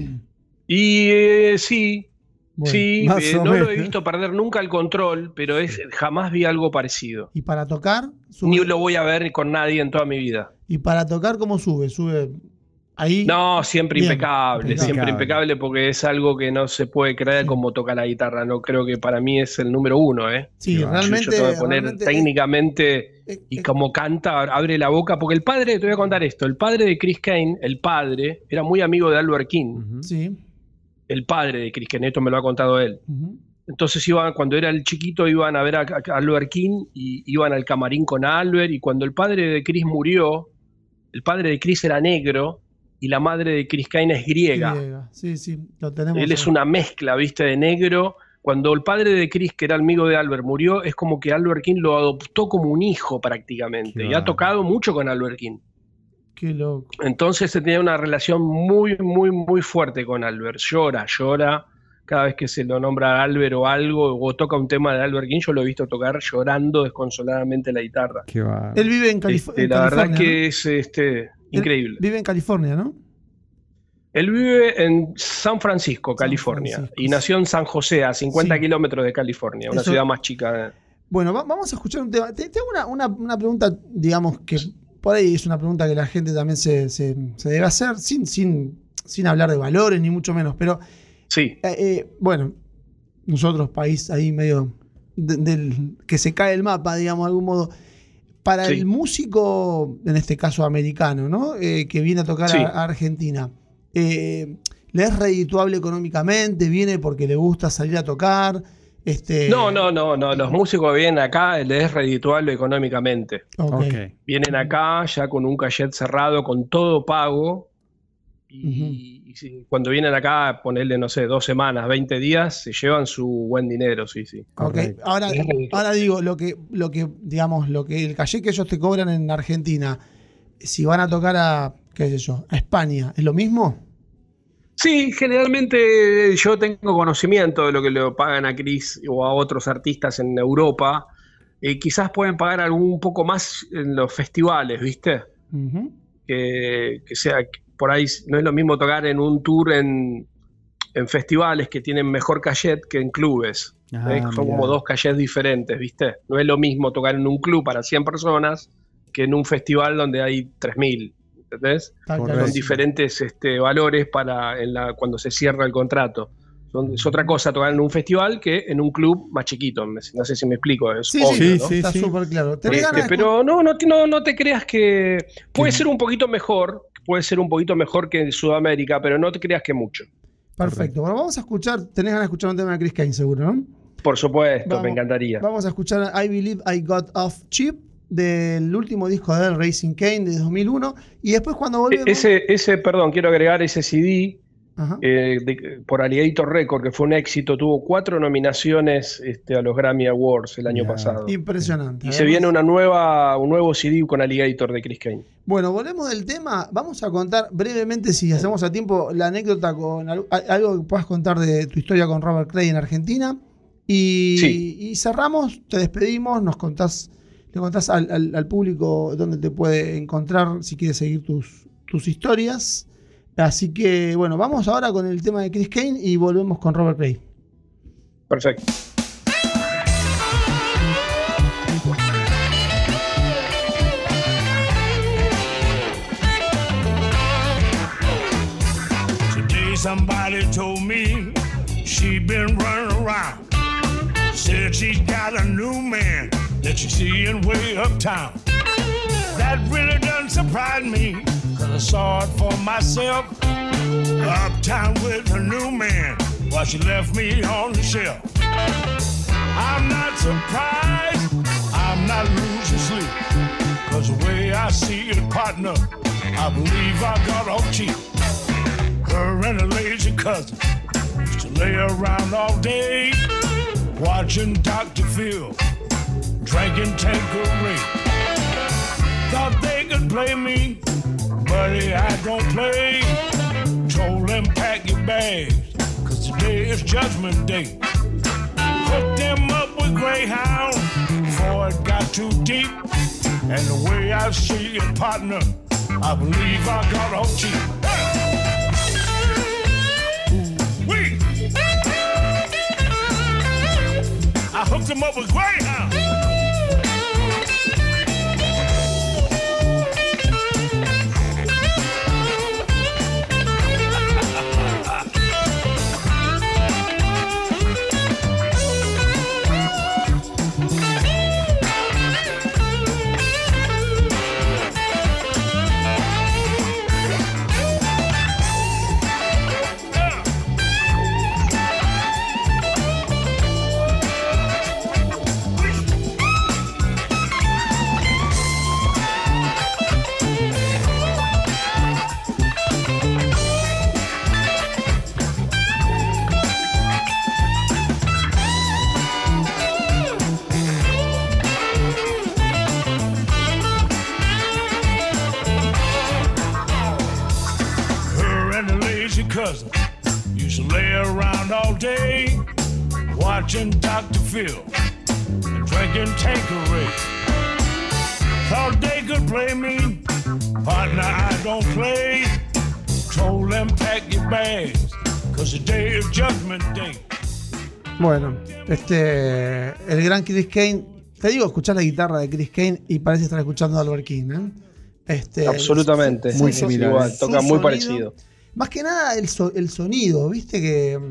Y sí, Bueno. sí, más o no lo he menos. visto perder nunca el control, pero jamás vi algo parecido. ¿Y para tocar? Ni lo voy a ver con nadie en toda mi vida. ¿Y para tocar cómo sube? ¿Sube ahí? No, siempre Bien, impecable, impecable. siempre impecable, porque es algo que no se puede creer Sí. como toca la guitarra. No creo que para mí es el número 1, ¿eh? Sí, Qué va. realmente. Yo te voy a poner realmente técnicamente y como canta, abre la boca, porque el padre, te voy a contar esto, el padre de Chris Kane, el padre, era muy amigo de Albert King, Ujú. Sí. el padre de Chris Kane, esto me lo ha contado él. Ujú. Entonces cuando era el chiquito iban a ver a Albert King y iban al camarín con Albert, y cuando el padre de Chris murió, el padre de Chris era negro y la madre de Chris Kane es griega. Griega. Sí, sí, lo tenemos. Él es una mezcla, ¿viste? De negro. Cuando el padre de Chris, que era amigo de Albert, murió, es como que Albert King lo adoptó como un hijo prácticamente. Qué Y ha bárbaro. tocado mucho con Albert King. Qué loco. Entonces se tenía una relación muy, muy, muy fuerte con Albert. Llora cada vez que se lo nombra a Albert o algo, o toca un tema de Albert King, yo lo he visto tocar llorando desconsoladamente la guitarra. Qué va. Él vive en, La California. verdad que es increíble. Vive en California, ¿no? Él vive en San Francisco, California, Francisco. y nació en San José, a 50 Sí. kilómetros de California, una Eso- ciudad más chica. Bueno, vamos a escuchar un tema. Tengo una pregunta, digamos, que por ahí es una pregunta que la gente también se debe hacer, sin hablar de valores, ni mucho menos. Pero, Sí, bueno, nosotros, país ahí medio del que se cae el mapa, digamos, de algún modo. Para Sí. el músico, en este caso americano, ¿no? Que viene a tocar Sí. a Argentina, ¿le es redituable económicamente? ¿Viene porque le gusta salir a tocar? no, los músicos vienen acá, les es redituable económicamente. Ok. Ok. Vienen acá ya con un cachet cerrado, con todo pago, y cuando vienen acá, ponerle, no sé, 2 semanas, 20 días, se llevan su buen dinero, sí, sí. Ok, Correcto. ahora digo, lo que el caché que ellos te cobran en Argentina, si van a tocar a, qué sé yo, a España, ¿es lo mismo? Sí, generalmente yo tengo conocimiento de lo que le pagan a Chris o a otros artistas en Europa. Quizás pueden pagar un poco más en los festivales, ¿viste? Ujú. Que sea, por ahí no es lo mismo tocar en un tour en festivales que tienen mejor cachet que en clubes. Ah, Son mirá. como 2 cachets diferentes, ¿viste? No es lo mismo tocar en un club para 100 personas que en un festival donde hay 3.000, ¿entendés? Está Correcto. Son clarísimo. diferentes valores cuando se cierra el contrato. Es otra cosa tocar en un festival que en un club más chiquito. No sé si me explico, es Sí, obvio, sí, ¿no? sí. está súper claro. ¿Tenés ganas de Pero no te creas que puede ser un poquito mejor, que en Sudamérica, pero no te creas que mucho. Perfecto. Bueno, vamos a escuchar, tenés ganas de escuchar un tema de Chris Kane, seguro, ¿no? Por supuesto, Vamos- me encantaría. Vamos a escuchar I Believe I Got Off Cheap, del último disco de él, Raising Kane, de 2001. Y después cuando volvemos... Perdón, quiero agregar ese CD Ajá. por Alligator Record, que fue un éxito, tuvo 4 nominaciones a los Grammy Awards el año Ya. pasado. Impresionante. Y se viene un nuevo CD con Alligator de Chris Kane. Bueno, volvemos del tema. Vamos a contar brevemente, si hacemos a tiempo, la anécdota con algo que puedas contar de tu historia con Robert Cray en Argentina. Y, Sí. y cerramos, te despedimos, le contás al público dónde te puede encontrar si quieres seguir tus historias. Así que, bueno, vamos ahora con el tema de Chris Kane y volvemos con Robert Cray. Perfecto. Today somebody told me she been running around. Said she's got a new man that she's seeing way uptown. That really doesn't surprise me, cause I saw it for myself. Uptown with a new man while she left me on the shelf. I'm not surprised, I'm not losing sleep, cause the way I see it, partner, I believe I got off cheap. Her and her lazy cousin used to lay around all day, watching Dr. Phil, drinking Tanqueray. Thought they could play me, buddy, I don't play. Told them pack your bags, cause today is Judgment Day. Hooked them up with Greyhound before it got too deep. And the way I see it, partner, I believe I got off cheap. Ooh-wee. I hooked them up with Greyhound. Cousin used to lay around all day, watching Dr. Phil and drinking Tanqueray. Thought they could play me, partner, I don't play. Told them pack your bags, cause today is Judgment Day. Bueno, el gran Chris Kane, te digo, escuchar la guitarra de Chris Kane y parece estar escuchando a Albert King, ¿eh? Absolutamente, muy similar, igual, toca muy sonido, parecido. Más que nada el sonido, ¿viste?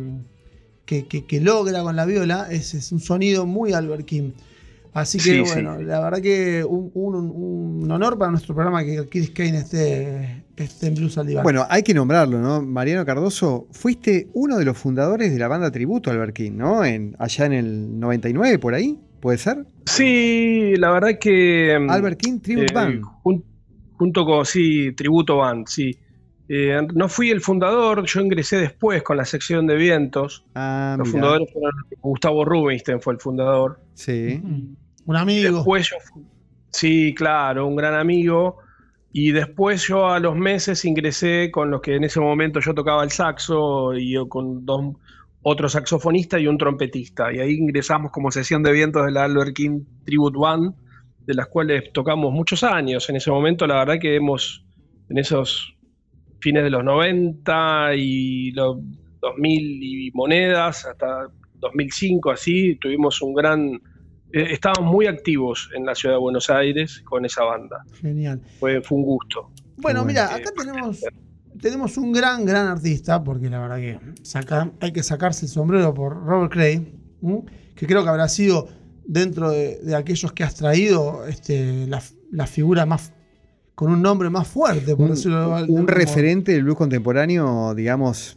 Que logra con la viola es un sonido muy Albert King. Así que Sí, bueno, sí. la verdad que un honor para nuestro programa que Chris Kane esté en Blues al Diván. Bueno, hay que nombrarlo, ¿no? Mariano Cardoso, fuiste uno de los fundadores de la banda tributo a Albert King, ¿no? Allá en el 99, por ahí, ¿puede ser? Sí, la verdad que Albert King Tribute Band. Junto con, sí, Tributo Band, sí. No fui el fundador, yo ingresé después con la sección de vientos. Los Mirá. fundadores fueron Gustavo Rubinstein, fue el fundador. Sí. Un amigo. Después sí, claro, un gran amigo. Y después yo a los meses ingresé con los que en ese momento yo tocaba el saxo y yo con otro saxofonista y un trompetista. Y ahí ingresamos como sesión de vientos de la Albert King Tribute Band, de las cuales tocamos muchos años. En ese momento la verdad que en esos fines de los 90 y los 2000 y monedas, hasta 2005 así, tuvimos estábamos muy activos en la ciudad de Buenos Aires con esa banda. Genial. Fue un gusto. Bueno, mira, acá tenemos un gran artista, porque la verdad que hay que sacarse el sombrero por Robert Cray, que creo que habrá sido dentro de aquellos que has traído la figura más con un nombre más fuerte, por decirlo de un referente del blues contemporáneo, digamos,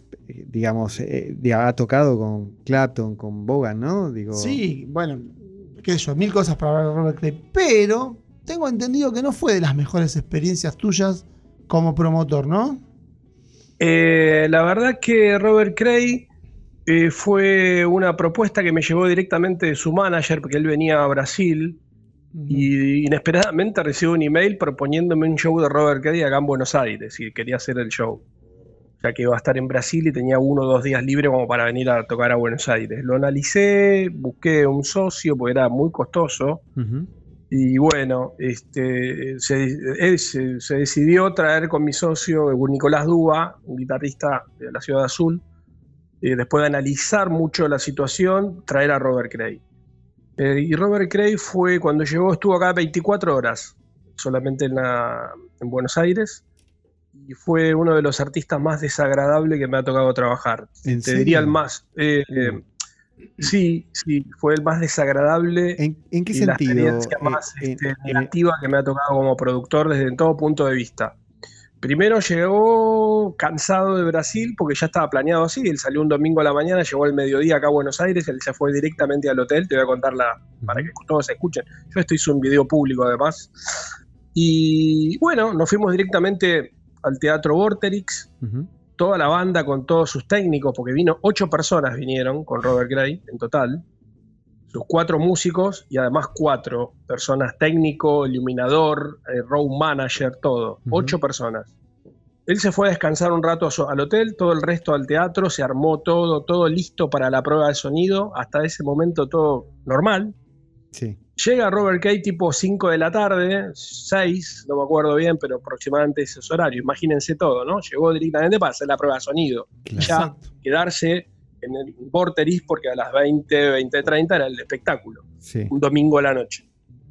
ha tocado con Clapton, con Vaughan, ¿no? Sí, bueno, qué sé yo, mil cosas para hablar de Robert Cray, pero tengo entendido que no fue de las mejores experiencias tuyas como promotor, ¿no? La verdad que Robert Cray fue una propuesta que me llegó directamente de su manager, porque él venía a Brasil. Y inesperadamente recibo un email proponiéndome un show de Robert Cray acá en Buenos Aires y quería hacer el show. Ya que iba a estar en Brasil y tenía 1 o 2 días libres como para venir a tocar a Buenos Aires. Lo analicé, busqué un socio porque era muy costoso. Y bueno, se decidió traer con mi socio Nicolás Dúa, un guitarrista de la Ciudad Azul, después de analizar mucho la situación, traer a Robert Cray. Y Robert Cray fue, cuando llegó, estuvo acá 24 horas, solamente en Buenos Aires, y fue uno de los artistas más desagradables que me ha tocado trabajar. ¿En Te diría serio? el más. Sí, fue el más desagradable. ¿En qué y la sentido? experiencia más negativa que me ha tocado como productor desde todo punto de vista. Primero llegó cansado de Brasil porque ya estaba planeado así. Él salió un domingo a la mañana, llegó al mediodía acá a Buenos Aires, él se fue directamente al hotel. Te voy a contar para que todos escuchen. Yo esto hice un video público además. Y bueno, nos fuimos directamente al Teatro Vorterix. Ujú. Toda la banda con todos sus técnicos, porque 8 personas vinieron con Robert Cray en total, sus 4 músicos y además 4 personas, técnico, iluminador, road manager, todo, 8 personas. Él se fue a descansar un rato al hotel, todo el resto al teatro, se armó todo listo para la prueba de sonido, hasta ese momento todo normal. Sí. Llega Robert Cray tipo 5 de la tarde, 6, no me acuerdo bien, pero aproximadamente ese horario. Imagínense todo, ¿no? Llegó directamente para hacer la prueba de sonido. Claro. Ya Exacto. quedarse en el Vorterix porque a las 20:30 era el espectáculo. Sí. Un domingo a la noche.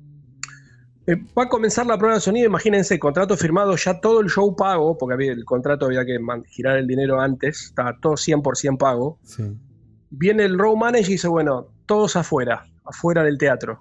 Va a comenzar la prueba de sonido, imagínense, contrato firmado, ya todo el show pago, porque el contrato había que girar el dinero antes, estaba todo 100% pago. Sí. Viene el road manager y dice, bueno, todos afuera del teatro.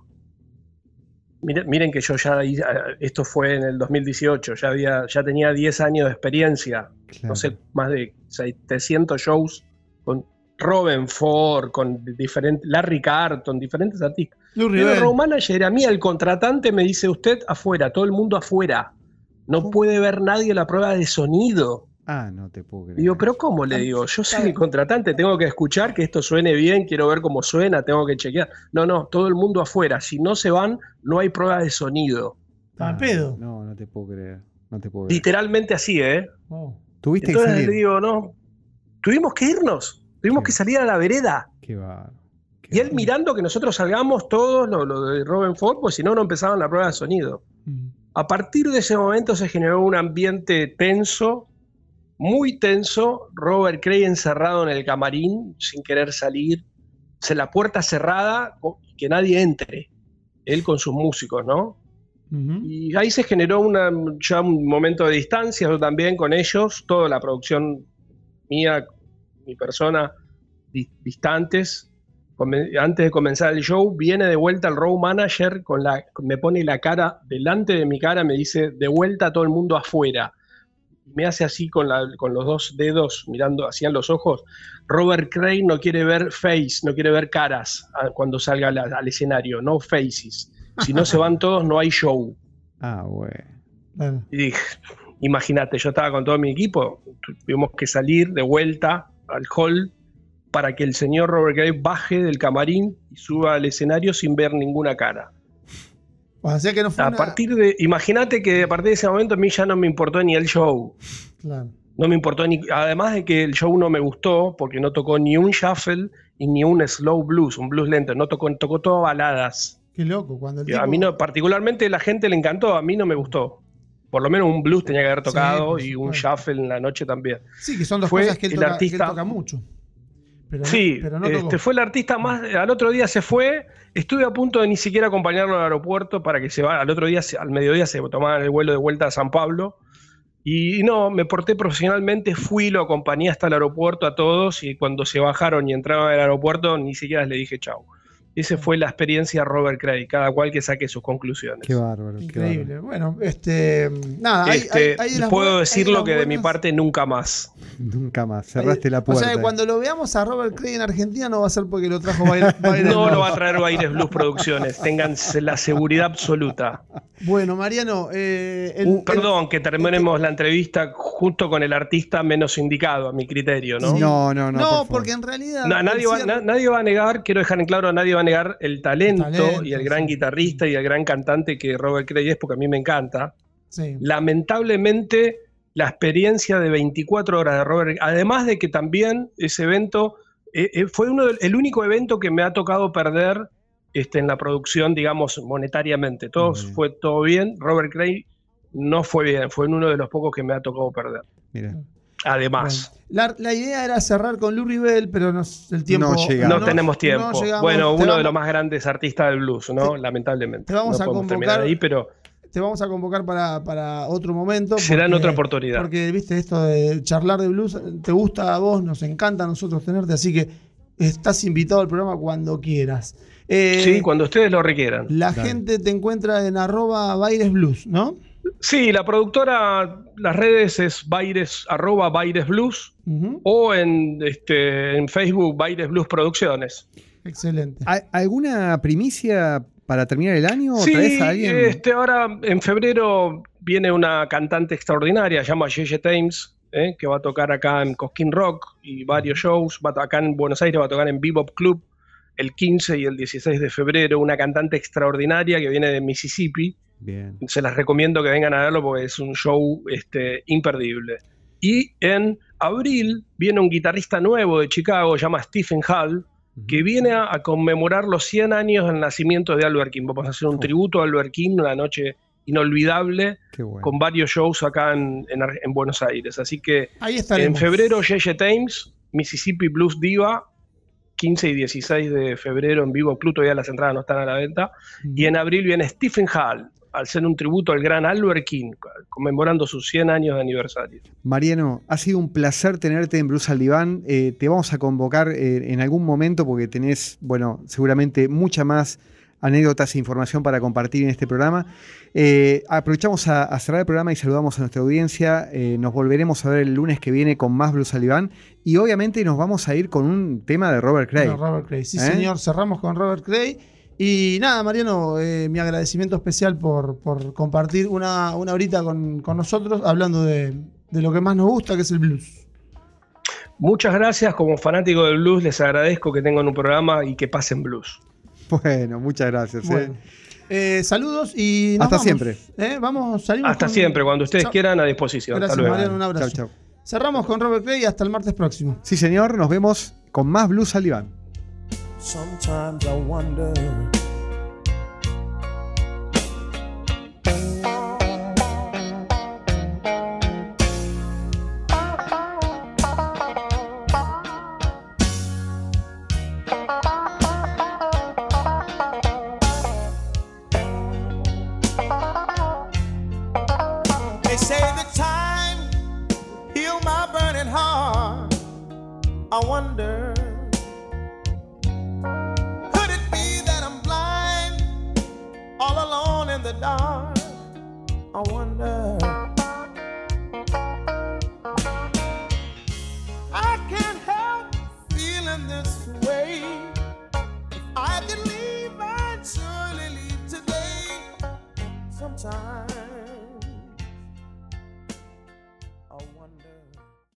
Miren que yo esto fue en el 2018, ya tenía 10 años de experiencia, Claro. no sé, más de 700 shows con Robin Ford, con Larry Carlton, diferentes artistas. Lou Pero el Revel. road manager, a mí, el contratante, me dice, usted afuera, todo el mundo afuera. No puede ver nadie la prueba de sonido. Ah, no te puedo creer. Digo, pero ¿cómo? Le digo, yo soy el contratante, tengo que escuchar que esto suene bien, quiero ver cómo suena, tengo que chequear. No, todo el mundo afuera. Si no se van, no hay prueba de sonido. Al pedo. No te puedo creer. No te puedo creer. Literalmente así, ¿eh? Oh. Tuviste que Entonces salir. le digo, no, tuvimos que irnos, tuvimos Qué que salir a la vereda. Qué bárbaro. Qué Y él bárbaro. mirando que nosotros salgamos todos, lo de Robin Ford, pues si no, no empezaban la prueba de sonido. A partir de ese momento se generó un ambiente tenso, muy tenso. Robert Cray encerrado en el camarín, sin querer salir, la puerta cerrada, que nadie entre. Él con sus músicos, ¿no? Ujú. Y ahí se generó ya un momento de distancia, yo también con ellos, toda la producción mía, mi persona, distantes. Antes de comenzar el show, viene de vuelta el road manager, me pone la cara delante de mi cara, me dice, de vuelta a todo el mundo afuera. Me hace así con los 2 dedos, mirando hacia los ojos. Robert Cray no quiere ver face, no quiere ver caras cuando salga al escenario, no faces. Si no se van todos, no hay show. Ah, bueno. Claro. Y dije, imagínate, yo estaba con todo mi equipo, tuvimos que salir de vuelta al hall para que el señor Robert Cray baje del camarín y suba al escenario sin ver ninguna cara. O sea que no fue Imagínate que a partir de ese momento a mí ya no me importó ni el show. Claro. No me importó además de que el show no me gustó porque no tocó ni un shuffle y ni un slow blues, un blues lento, tocó todo baladas. Qué loco. Cuando el A tipo- mí no, particularmente la gente le encantó, a mí no me gustó. Por lo menos un blues tenía que haber tocado por y un supuesto. shuffle en la noche también. Sí, que son dos fue cosas que él el toca, artista- que él toca mucho. Pero Sí, pero no tocó. fue el artista más. Al otro día se fue. Estuve a punto de ni siquiera acompañarlo al aeropuerto para que se vaya. Al otro día, al mediodía, se tomaban el vuelo de vuelta a San Pablo. Y no, me porté profesionalmente. Fui, lo acompañé hasta el aeropuerto a todos. Y cuando se bajaron y entraban al aeropuerto, ni siquiera le dije chau. Esa fue la experiencia Robert Cray. Cada cual que saque sus conclusiones. Qué bárbaro. qué Increíble. bárbaro. Bueno, nada, hay de las puedo buenas- decirlo hay de que las de mi buenas- parte nunca más. Nunca más. Cerraste la puerta. O sea que cuando lo veamos a Robert Cray en Argentina no va a ser porque lo trajo Baires No Blues. lo va a traer Baires Blues Producciones. Tengan la seguridad absoluta. Bueno, Mariano, Perdón, que terminemos la entrevista justo con el artista menos indicado, a mi criterio, ¿no? No, No, por favor. porque en realidad. Nadie va a negar, quiero dejar en claro, nadie va a negar el talento y el gran sí. guitarrista y el gran cantante que Robert Cray es, porque a mí me encanta. Sí. Lamentablemente, la experiencia de 24 horas de Robert, además de que también ese evento fue el único evento que me ha tocado perder en la producción, digamos, monetariamente. Fue todo bien. Robert Cray no fue bien, fue uno de los pocos que me ha tocado perder. Mira. Además. Bueno, la idea era cerrar con Lou Rebel, pero el tiempo... No tenemos tiempo. No llegamos. Bueno, uno de los más grandes artistas del blues, ¿no? Lamentablemente. Te vamos no a podemos terminar convocar ahí, pero te vamos a convocar para otro momento. será en otra oportunidad. Porque, viste, esto de charlar de blues, te gusta a vos, nos encanta a nosotros tenerte, así que estás invitado al programa cuando quieras. Sí, cuando ustedes lo requieran. La gente te encuentra en @bairesblues, ¿no? Sí, la productora, las redes es @bairesblues o en Facebook Baires Blues Producciones. Excelente. ¿Alguna primicia para terminar el año? Sí, ¿Traes a alguien? ahora en febrero viene una cantante extraordinaria, se llama Yeye Thames, que va a tocar acá en Cosquín Rock y varios shows. Acá en Buenos Aires va a tocar en Bebop Club el 15 y el 16 de febrero. Una cantante extraordinaria que viene de Mississippi. Bien. Se las recomiendo que vengan a verlo porque es un show imperdible. Y en abril viene un guitarrista nuevo de Chicago, se llama Stephen Hall, que viene a conmemorar los 100 años del nacimiento de Albert King. Vamos a hacer un tributo a Albert King, una noche inolvidable, bueno, con varios shows acá en Buenos Aires. Así que ahí estaremos. En febrero, Yeye Thames, Mississippi Blues Diva, 15 y 16 de febrero en Vivo Club, todavía las entradas no están a la venta. Y en abril viene Stephen Hall, al ser un tributo al gran Albert King, conmemorando sus 100 años de aniversario. Mariano, ha sido un placer tenerte en Blues al Diván. Te vamos a convocar en algún momento porque tenés, bueno, seguramente mucha más anécdotas e información para compartir en este programa. Aprovechamos a cerrar el programa y saludamos a nuestra audiencia. Nos volveremos a ver el lunes que viene con más Blues al Diván y obviamente nos vamos a ir con un tema de Robert Cray. Robert Cray, sí señor, cerramos con Robert Cray. Y nada, Mariano, mi agradecimiento especial por compartir una horita con nosotros hablando de lo que más nos gusta, que es el blues. Muchas gracias, como fanático del blues les agradezco que tengan un programa y que pasen blues. Bueno, muchas gracias. Bueno, saludos y nos hasta vamos. Siempre. Salimos hasta siempre, cuando ustedes quieran, a disposición. Gracias, hasta luego. Mariano, un abrazo. Chau, chau. Cerramos con Robert Cray y hasta el martes próximo. Sí, señor, nos vemos con más Blues al Diván. Sometimes I wonder They say that time heal my burning heart. I wonder, could it be that I'm blind, all alone in the dark? I wonder.